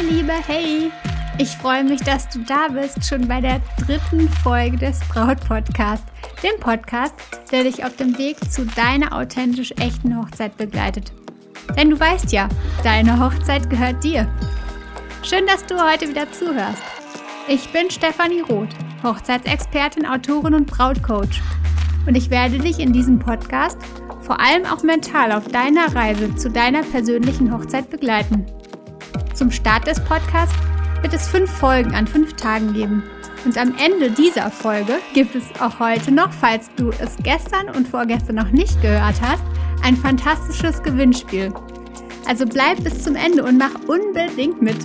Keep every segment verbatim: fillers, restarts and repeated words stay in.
Liebe, hey! Ich freue mich, dass du da bist, schon bei der dritten Folge des Braut-Podcast, dem Podcast, der dich auf dem Weg zu deiner authentisch echten Hochzeit begleitet. Denn du weißt ja, deine Hochzeit gehört dir. Schön, dass du heute wieder zuhörst. Ich bin Stefanie Roth, Hochzeitsexpertin, Autorin und Brautcoach. Und ich werde dich in diesem Podcast vor allem auch mental auf deiner Reise zu deiner persönlichen Hochzeit begleiten. Zum Start des Podcasts wird es fünf Folgen an fünf Tagen geben. Und am Ende dieser Folge gibt es auch heute noch, falls du es gestern und vorgestern noch nicht gehört hast, ein fantastisches Gewinnspiel. Also bleib bis zum Ende und mach unbedingt mit.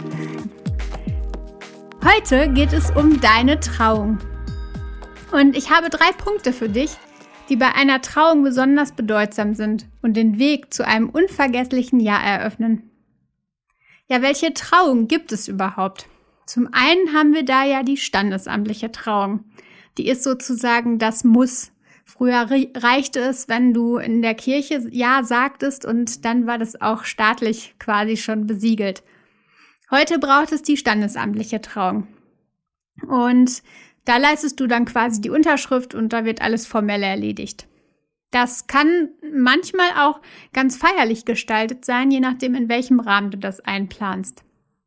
Heute geht es um deine Trauung. Und ich habe drei Punkte für dich, die bei einer Trauung besonders bedeutsam sind und den Weg zu einem unvergesslichen Jahr eröffnen. Ja, welche Trauung gibt es überhaupt? Zum einen haben wir da ja die standesamtliche Trauung. Die ist sozusagen das Muss. Früher reichte es, wenn du in der Kirche Ja sagtest und dann war das auch staatlich quasi schon besiegelt. Heute braucht es die standesamtliche Trauung. Und da leistest du dann quasi die Unterschrift und da wird alles formell erledigt. Das kann manchmal auch ganz feierlich gestaltet sein, je nachdem, in welchem Rahmen du das einplanst.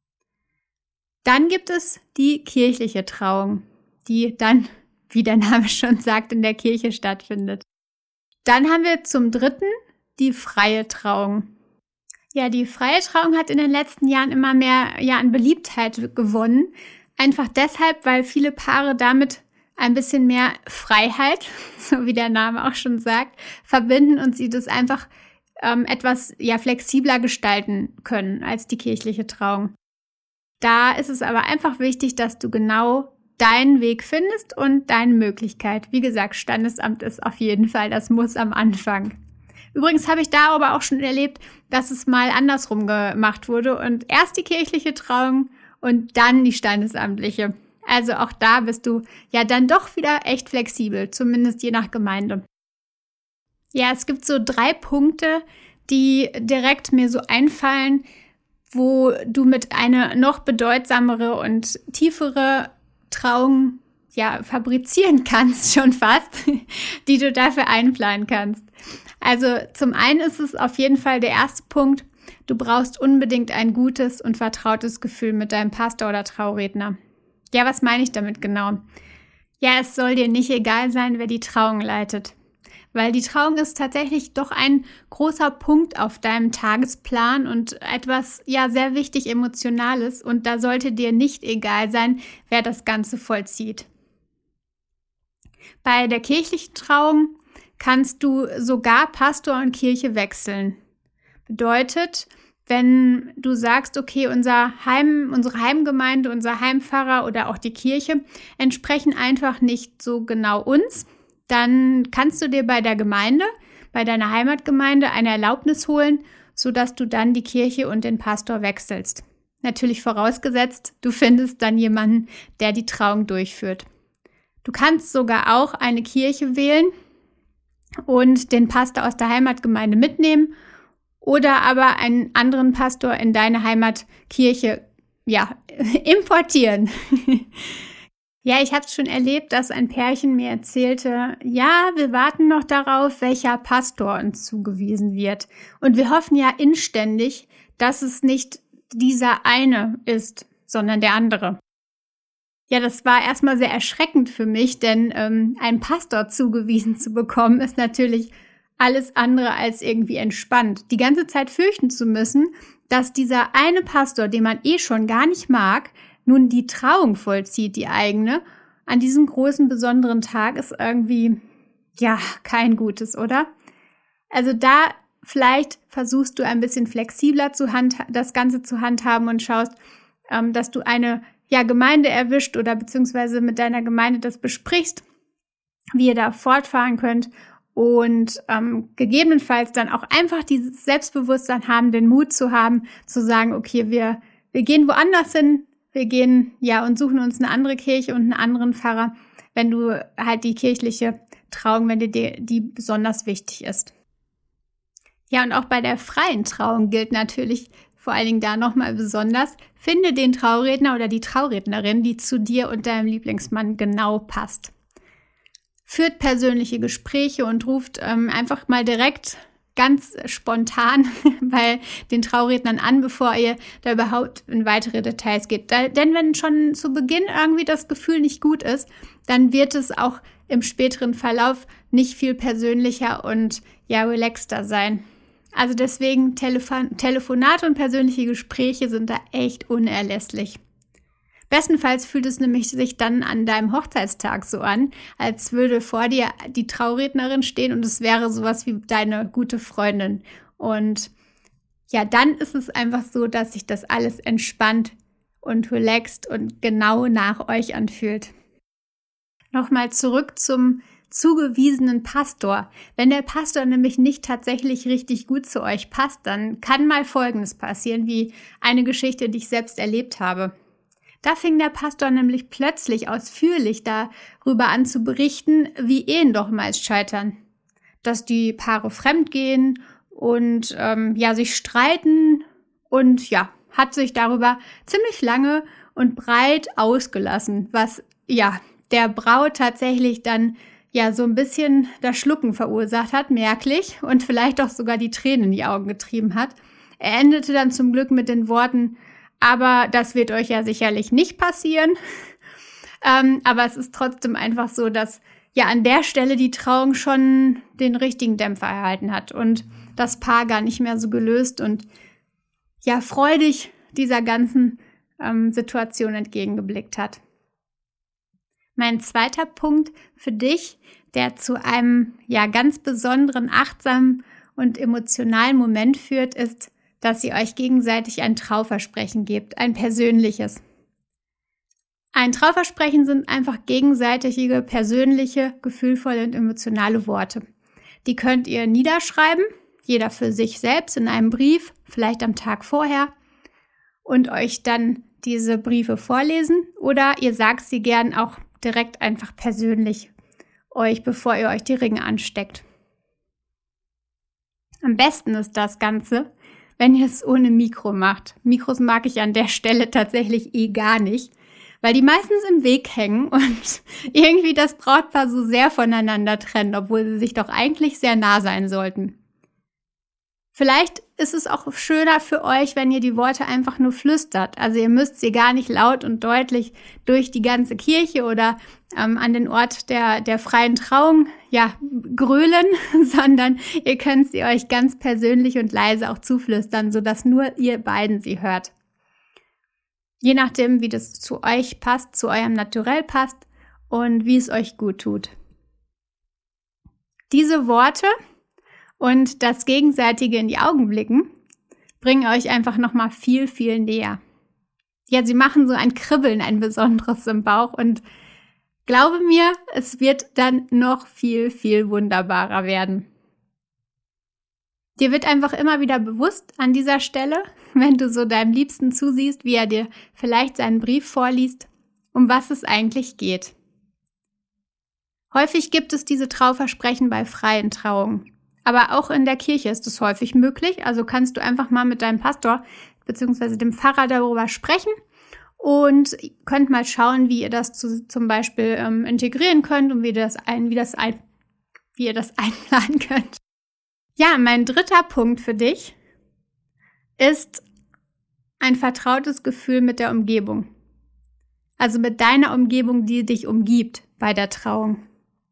Dann gibt es die kirchliche Trauung, die dann, wie der Name schon sagt, in der Kirche stattfindet. Dann haben wir zum dritten die freie Trauung. Ja, die freie Trauung hat in den letzten Jahren immer mehr ja, an Beliebtheit gewonnen. Einfach deshalb, weil viele Paare damit ein bisschen mehr Freiheit, so wie der Name auch schon sagt, verbinden und sie das einfach ähm, etwas ja, flexibler gestalten können als die kirchliche Trauung. Da ist es aber einfach wichtig, dass du genau deinen Weg findest und deine Möglichkeit. Wie gesagt, Standesamt ist auf jeden Fall das Muss am Anfang. Übrigens habe ich da aber auch schon erlebt, dass es mal andersrum gemacht wurde und erst die kirchliche Trauung und dann die standesamtliche. Also auch da bist du ja dann doch wieder echt flexibel, zumindest je nach Gemeinde. Ja, es gibt so drei Punkte, die direkt mir so einfallen, wo du mit einer noch bedeutsamere und tiefere Trauung ja fabrizieren kannst, schon fast, die du dafür einplanen kannst. Also zum einen ist es auf jeden Fall der erste Punkt, du brauchst unbedingt ein gutes und vertrautes Gefühl mit deinem Pastor oder Trauredner. Ja, was meine ich damit genau? Ja, es soll dir nicht egal sein, wer die Trauung leitet. Weil die Trauung ist tatsächlich doch ein großer Punkt auf deinem Tagesplan und etwas, ja, sehr wichtig Emotionales. Und da sollte dir nicht egal sein, wer das Ganze vollzieht. Bei der kirchlichen Trauung kannst du sogar Pastor und Kirche wechseln. Bedeutet, wenn du sagst, okay, unser Heim, unsere Heimgemeinde, unser Heimpfarrer oder auch die Kirche entsprechen einfach nicht so genau uns, dann kannst du dir bei der Gemeinde, bei deiner Heimatgemeinde eine Erlaubnis holen, sodass du dann die Kirche und den Pastor wechselst. Natürlich vorausgesetzt, du findest dann jemanden, der die Trauung durchführt. Du kannst sogar auch eine Kirche wählen und den Pastor aus der Heimatgemeinde mitnehmen oder aber einen anderen Pastor in deine Heimatkirche, ja, importieren. Ja, ich habe es schon erlebt, dass ein Pärchen mir erzählte, ja, wir warten noch darauf, welcher Pastor uns zugewiesen wird. Und wir hoffen ja inständig, dass es nicht dieser eine ist, sondern der andere. Ja, das war erstmal sehr erschreckend für mich, denn ähm, einen Pastor zugewiesen zu bekommen, ist natürlich alles andere als irgendwie entspannt. Die ganze Zeit fürchten zu müssen, dass dieser eine Pastor, den man eh schon gar nicht mag, nun die Trauung vollzieht, die eigene, an diesem großen, besonderen Tag, ist irgendwie, ja, kein Gutes, oder? Also da vielleicht versuchst du ein bisschen flexibler zu hand, das Ganze zu handhaben und schaust, ähm, dass du eine ja, Gemeinde erwischt oder beziehungsweise mit deiner Gemeinde das besprichst, wie ihr da fortfahren könnt und ähm, gegebenenfalls dann auch einfach dieses Selbstbewusstsein haben, den Mut zu haben, zu sagen, okay, wir, wir gehen woanders hin, wir gehen, ja, und suchen uns eine andere Kirche und einen anderen Pfarrer, wenn du halt die kirchliche Trauung, wenn dir die, die besonders wichtig ist. Ja, und auch bei der freien Trauung gilt natürlich vor allen Dingen da nochmal besonders, finde den Trauredner oder die Traurednerin, die zu dir und deinem Lieblingsmann genau passt. Führt persönliche Gespräche und ruft ähm, einfach mal direkt ganz spontan bei den Traurednern an, bevor ihr da überhaupt in weitere Details geht. Da, denn wenn schon zu Beginn irgendwie das Gefühl nicht gut ist, dann wird es auch im späteren Verlauf nicht viel persönlicher und ja relaxter sein. Also deswegen Telefon- Telefonate und persönliche Gespräche sind da echt unerlässlich. Bestenfalls fühlt es nämlich sich dann an deinem Hochzeitstag so an, als würde vor dir die Traurednerin stehen und es wäre sowas wie deine gute Freundin. Und ja, dann ist es einfach so, dass sich das alles entspannt und relaxed und genau nach euch anfühlt. Nochmal zurück zum zugewiesenen Pastor. Wenn der Pastor nämlich nicht tatsächlich richtig gut zu euch passt, dann kann mal Folgendes passieren, wie eine Geschichte, die ich selbst erlebt habe. Da fing der Pastor nämlich plötzlich ausführlich darüber an zu berichten, wie Ehen doch meist scheitern. Dass die Paare fremdgehen und ähm, ja sich streiten und ja, hat sich darüber ziemlich lange und breit ausgelassen, was ja der Braut tatsächlich dann ja so ein bisschen das Schlucken verursacht hat, merklich, und vielleicht auch sogar die Tränen in die Augen getrieben hat. Er endete dann zum Glück mit den Worten: Aber das wird euch ja sicherlich nicht passieren. ähm, aber es ist trotzdem einfach so, dass ja an der Stelle die Trauung schon den richtigen Dämpfer erhalten hat und das Paar gar nicht mehr so gelöst und ja freudig dieser ganzen ähm, Situation entgegengeblickt hat. Mein zweiter Punkt für dich, der zu einem ja ganz besonderen, achtsamen und emotionalen Moment führt, ist, dass ihr euch gegenseitig ein Trauversprechen gebt, ein persönliches. Ein Trauversprechen sind einfach gegenseitige, persönliche, gefühlvolle und emotionale Worte. Die könnt ihr niederschreiben, jeder für sich selbst in einem Brief, vielleicht am Tag vorher, und euch dann diese Briefe vorlesen, oder ihr sagt sie gern auch direkt einfach persönlich euch, bevor ihr euch die Ringe ansteckt. Am besten ist das Ganze, wenn ihr es ohne Mikro macht. Mikros mag ich an der Stelle tatsächlich eh gar nicht, weil die meistens im Weg hängen und irgendwie das Brautpaar so sehr voneinander trennen, obwohl sie sich doch eigentlich sehr nah sein sollten. Vielleicht ist es auch schöner für euch, wenn ihr die Worte einfach nur flüstert. Also ihr müsst sie gar nicht laut und deutlich durch die ganze Kirche oder ähm, an den Ort der, der freien Trauung ja, grölen, sondern ihr könnt sie euch ganz persönlich und leise auch zuflüstern, sodass nur ihr beiden sie hört. Je nachdem, wie das zu euch passt, zu eurem Naturell passt und wie es euch gut tut. Diese Worte und das gegenseitige in die Augen blicken bringen euch einfach nochmal viel, viel näher. Ja, sie machen so ein Kribbeln, ein besonderes im Bauch, und glaube mir, es wird dann noch viel, viel wunderbarer werden. Dir wird einfach immer wieder bewusst an dieser Stelle, wenn du so deinem Liebsten zusiehst, wie er dir vielleicht seinen Brief vorliest, um was es eigentlich geht. Häufig gibt es diese Trauversprechen bei freien Trauungen. Aber auch in der Kirche ist es häufig möglich. Also kannst du einfach mal mit deinem Pastor bzw. dem Pfarrer darüber sprechen und könnt mal schauen, wie ihr das zu, zum Beispiel ähm, integrieren könnt und wie, das ein, wie, das ein, wie ihr das einplanen könnt. Ja, mein dritter Punkt für dich ist ein vertrautes Gefühl mit der Umgebung. Also mit deiner Umgebung, die dich umgibt bei der Trauung.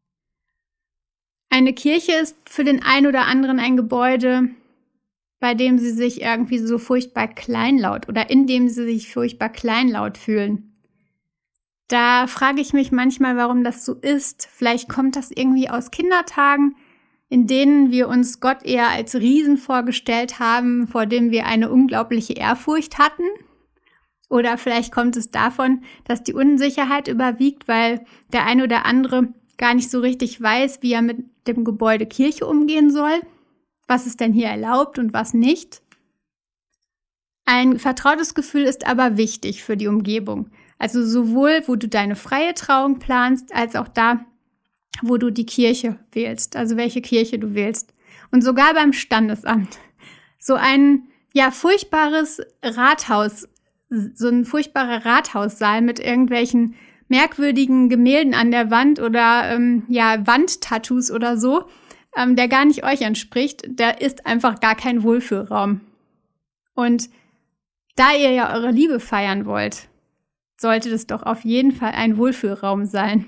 Eine Kirche ist für den einen oder anderen ein Gebäude, bei dem sie sich irgendwie so furchtbar kleinlaut oder in dem sie sich furchtbar kleinlaut fühlen. Da frage ich mich manchmal, warum das so ist. Vielleicht kommt das irgendwie aus Kindertagen, in denen wir uns Gott eher als Riesen vorgestellt haben, vor dem wir eine unglaubliche Ehrfurcht hatten. Oder vielleicht kommt es davon, dass die Unsicherheit überwiegt, weil der ein oder andere gar nicht so richtig weiß, wie er mit dem Gebäude Kirche umgehen soll. Was ist denn hier erlaubt und was nicht? Ein vertrautes Gefühl ist aber wichtig für die Umgebung. Also sowohl, wo du deine freie Trauung planst, als auch da, wo du die Kirche wählst, also welche Kirche du wählst. Und sogar beim Standesamt. So ein ja, furchtbares Rathaus, so ein furchtbarer Rathaussaal mit irgendwelchen merkwürdigen Gemälden an der Wand oder ähm, ja, Wandtattoos oder so, ähm, der gar nicht euch entspricht, der ist einfach gar kein Wohlfühlraum. Und da ihr ja eure Liebe feiern wollt, sollte das doch auf jeden Fall ein Wohlfühlraum sein.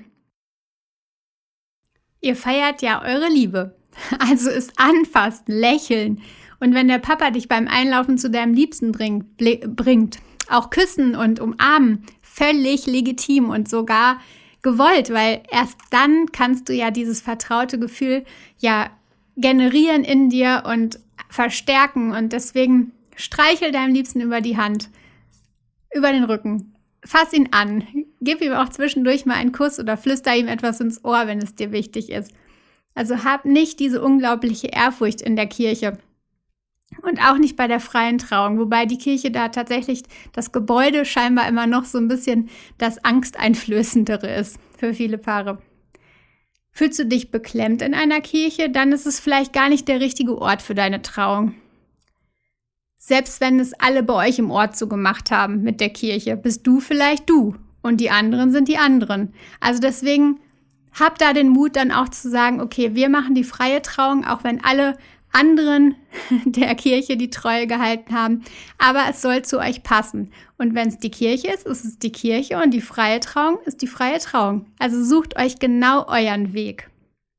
Ihr feiert ja eure Liebe, also ist anfassen, lächeln und wenn der Papa dich beim Einlaufen zu deinem Liebsten bringt, bringt, auch küssen und umarmen, völlig legitim und sogar gewollt, weil erst dann kannst du ja dieses vertraute Gefühl ja generieren in dir und verstärken und deswegen streichel deinem Liebsten über die Hand, über den Rücken, fass ihn an, gib ihm auch zwischendurch mal einen Kuss oder flüster ihm etwas ins Ohr, wenn es dir wichtig ist. Also hab nicht diese unglaubliche Ehrfurcht in der Kirche und auch nicht bei der freien Trauung, wobei die Kirche da tatsächlich das Gebäude scheinbar immer noch so ein bisschen das Angsteinflößendere ist für viele Paare. Fühlst du dich beklemmt in einer Kirche, dann ist es vielleicht gar nicht der richtige Ort für deine Trauung. Selbst wenn es alle bei euch im Ort so gemacht haben mit der Kirche, bist du vielleicht du und die anderen sind die anderen. Also deswegen hab da den Mut dann auch zu sagen, okay, wir machen die freie Trauung, auch wenn alle anderen der Kirche die Treue gehalten haben, aber es soll zu euch passen. Und wenn es die Kirche ist, ist es die Kirche und die freie Trauung ist die freie Trauung. Also sucht euch genau euren Weg.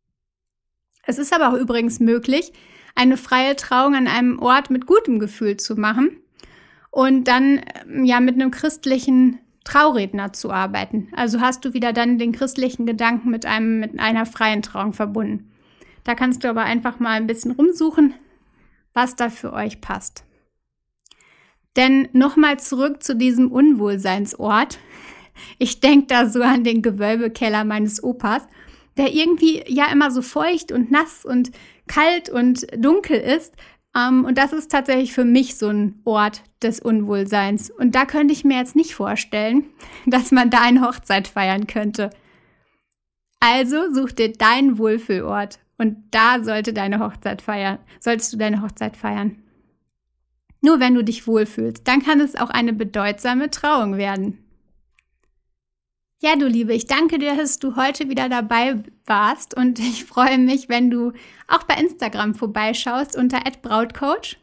Es ist aber auch übrigens möglich, eine freie Trauung an einem Ort mit gutem Gefühl zu machen und dann ja mit einem christlichen Trauredner zu arbeiten. Also hast du wieder dann den christlichen Gedanken mit einem mit einer freien Trauung verbunden. Da kannst du aber einfach mal ein bisschen rumsuchen, was da für euch passt. Denn nochmal zurück zu diesem Unwohlseinsort. Ich denke da so an den Gewölbekeller meines Opas, der irgendwie ja immer so feucht und nass und kalt und dunkel ist. Um, und das ist tatsächlich für mich so ein Ort des Unwohlseins. Und da könnte ich mir jetzt nicht vorstellen, dass man da eine Hochzeit feiern könnte. Also such dir deinen Wohlfühlort und da sollte deine Hochzeit feiern, solltest du deine Hochzeit feiern. Nur wenn du dich wohlfühlst, dann kann es auch eine bedeutsame Trauung werden. Ja, du Liebe, ich danke dir, dass du heute wieder dabei warst und ich freue mich, wenn du auch bei Instagram vorbeischaust unter at brautcoach.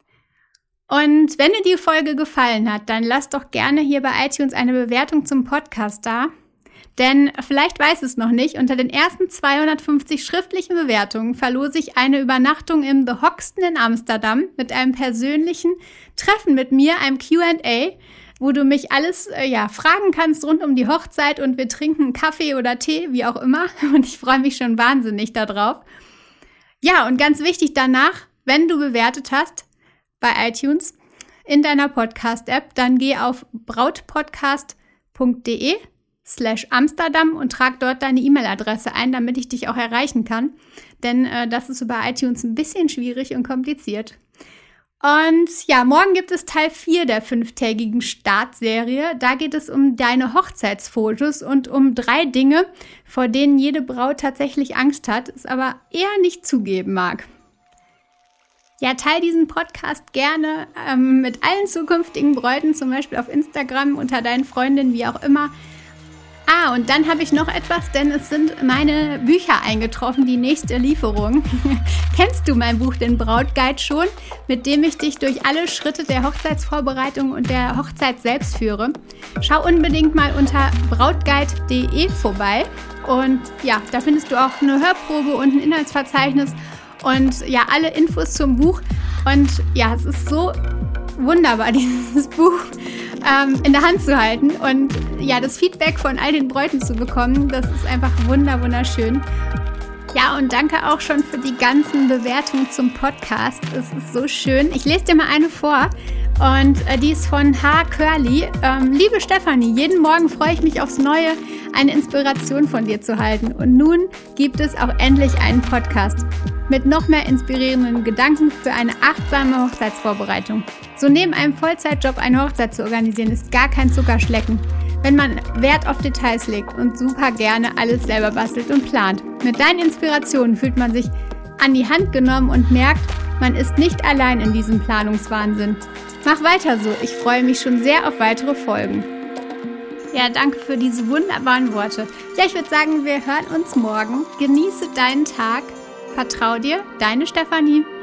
Und wenn dir die Folge gefallen hat, dann lass doch gerne hier bei iTunes eine Bewertung zum Podcast da. Denn vielleicht weiß es noch nicht, unter den ersten zweihundertfünfzig schriftlichen Bewertungen verlose ich eine Übernachtung im The Hoxton in Amsterdam mit einem persönlichen Treffen mit mir, einem Q and A, wo du mich alles äh, ja, fragen kannst rund um die Hochzeit und wir trinken Kaffee oder Tee, wie auch immer. Und ich freue mich schon wahnsinnig darauf. Ja, und ganz wichtig danach, wenn du bewertet hast bei iTunes in deiner Podcast-App, dann geh auf brautpodcast.de slash Amsterdam und trag dort deine E-Mail-Adresse ein, damit ich dich auch erreichen kann. Denn äh, das ist über iTunes ein bisschen schwierig und kompliziert. Und ja, morgen gibt es Teil vier der fünftägigen Startserie. Da geht es um deine Hochzeitsfotos und um drei Dinge, vor denen jede Braut tatsächlich Angst hat, es aber eher nicht zugeben mag. Ja, teil diesen Podcast gerne ähm, mit allen zukünftigen Bräuten, zum Beispiel auf Instagram, unter deinen Freundinnen, wie auch immer. Ah, und dann habe ich noch etwas, denn es sind meine Bücher eingetroffen, die nächste Lieferung. Kennst du mein Buch, den Brautguide, schon, mit dem ich dich durch alle Schritte der Hochzeitsvorbereitung und der Hochzeit selbst führe? Schau unbedingt mal unter brautguide punkt de vorbei. Und ja, da findest du auch eine Hörprobe und ein Inhaltsverzeichnis und ja, alle Infos zum Buch. Und ja, es ist so wunderbar, dieses Buch ähm, in der Hand zu halten und ja, das Feedback von all den Bräuten zu bekommen, das ist einfach wunder, wunderschön. Ja, und danke auch schon für die ganzen Bewertungen zum Podcast. Es ist so schön. Ich lese dir mal eine vor und äh, die ist von H. Curly. Ähm, liebe Stefanie, jeden Morgen freue ich mich aufs Neue, eine Inspiration von dir zu halten. Und nun gibt es auch endlich einen Podcast mit noch mehr inspirierenden Gedanken für eine achtsame Hochzeitsvorbereitung. So neben einem Vollzeitjob eine Hochzeit zu organisieren, ist gar kein Zuckerschlecken, wenn man Wert auf Details legt und super gerne alles selber bastelt und plant. Mit deinen Inspirationen fühlt man sich an die Hand genommen und merkt, man ist nicht allein in diesem Planungswahnsinn. Mach weiter so, ich freue mich schon sehr auf weitere Folgen. Ja, danke für diese wunderbaren Worte. Ja, ich würde sagen, wir hören uns morgen. Genieße deinen Tag. Vertrau dir, deine Stefanie.